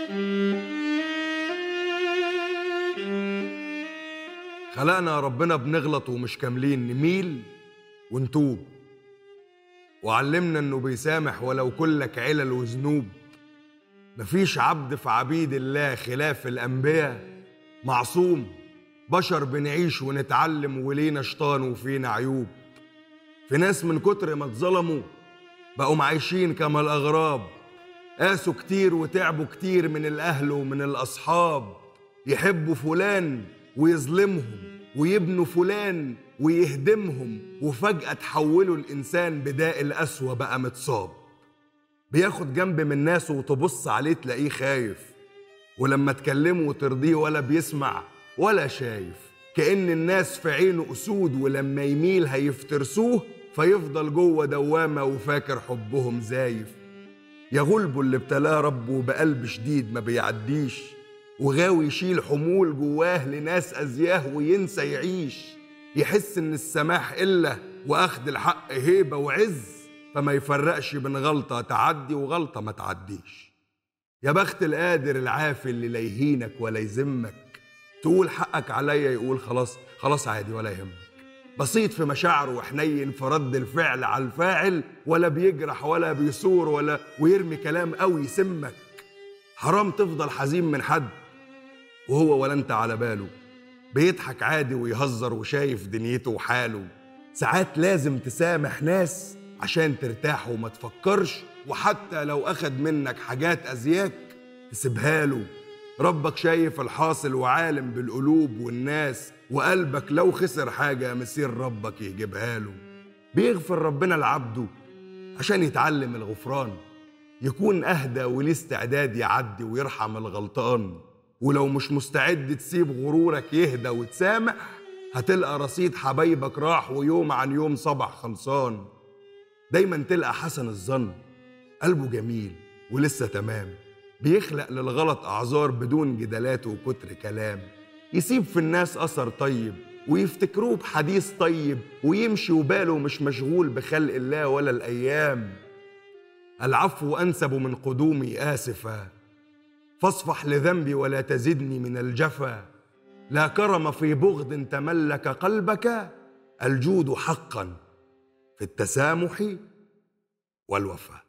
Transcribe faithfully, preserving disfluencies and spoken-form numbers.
خلقنا ربنا بنغلط ومش كاملين، نميل ونتوب، وعلمنا انه بيسامح ولو كلك علل وذنوب. مفيش عبد في عبيد الله خلاف الانبياء معصوم، بشر بنعيش ونتعلم ولينا شيطان وفينا عيوب. في ناس من كتر ما اتظلموا بقوا عايشين كما الاغراب، قاسوا كتير وتعبوا كتير من الاهل ومن الاصحاب، يحبوا فلان ويظلمهم ويبنوا فلان ويهدمهم، وفجأة تحولوا الإنسان بداء القسوة بقى متصاب. بياخد جنب من ناسه وتبص عليه تلاقيه خايف، ولما تكلمه وترضيه ولا بيسمع ولا شايف، كأن الناس في عينه أسود، ولما يميل هيفترسوه فيفضل جوه دوامة وفاكر حبهم زايف. يا غلبه اللي ابتلاه ربه بقلب شديد ما بيعديش، وغاوي يشيل حمول جواه لناس أزياه وينسى يعيش، يحس إن السماح إلا وأخد الحق هيبة وعز، فما يفرقش بين غلطة تعدي وغلطة ما تعديش. يا بخت القادر العافي اللي لا يهينك ولا يذمك، تقول حقك عليا يقول خلاص خلاص عادي ولا يهمك. بسيط في مشاعره وحنين في رد الفعل على الفاعل، ولا بيجرح ولا بيثور ولا ويرمي كلام قوي يسمك. حرام تفضل حزين من حد وهو ولا انت على باله، بيضحك عادي ويهزر وشايف دنيته وحاله. ساعات لازم تسامح ناس عشان ترتاح وما تفكرش، وحتى لو أخد منك حاجات أزياك تسيبها له. ربك شايف الحاصل وعالم بالقلوب والناس، وقلبك لو خسر حاجة مسير ربك يجيبها له. بيغفر ربنا لعبده عشان يتعلم الغفران، يكون أهدى وليه استعداد يعدي ويرحم الغلطان. ولو مش مستعد تسيب غرورك يهدى وتسامح، هتلقى رصيد حبايبك راح ويوم عن يوم صبح خلصان. دايما تلقى حسن الظن قلبه جميل ولسه تمام، بيخلق للغلط أعذار بدون جدالات وكتر كلام. يسيب في الناس أثر طيب ويفتكروه بحديث طيب، ويمشي وباله مش مشغول بخلق الله ولا الأيام. العفو أنسب من قدومي آسفا، فاصفح لذنبي ولا تزدني من الجفا. لا كرم في بغض تملك قلبك، الجود حقا في التسامح والوفاء.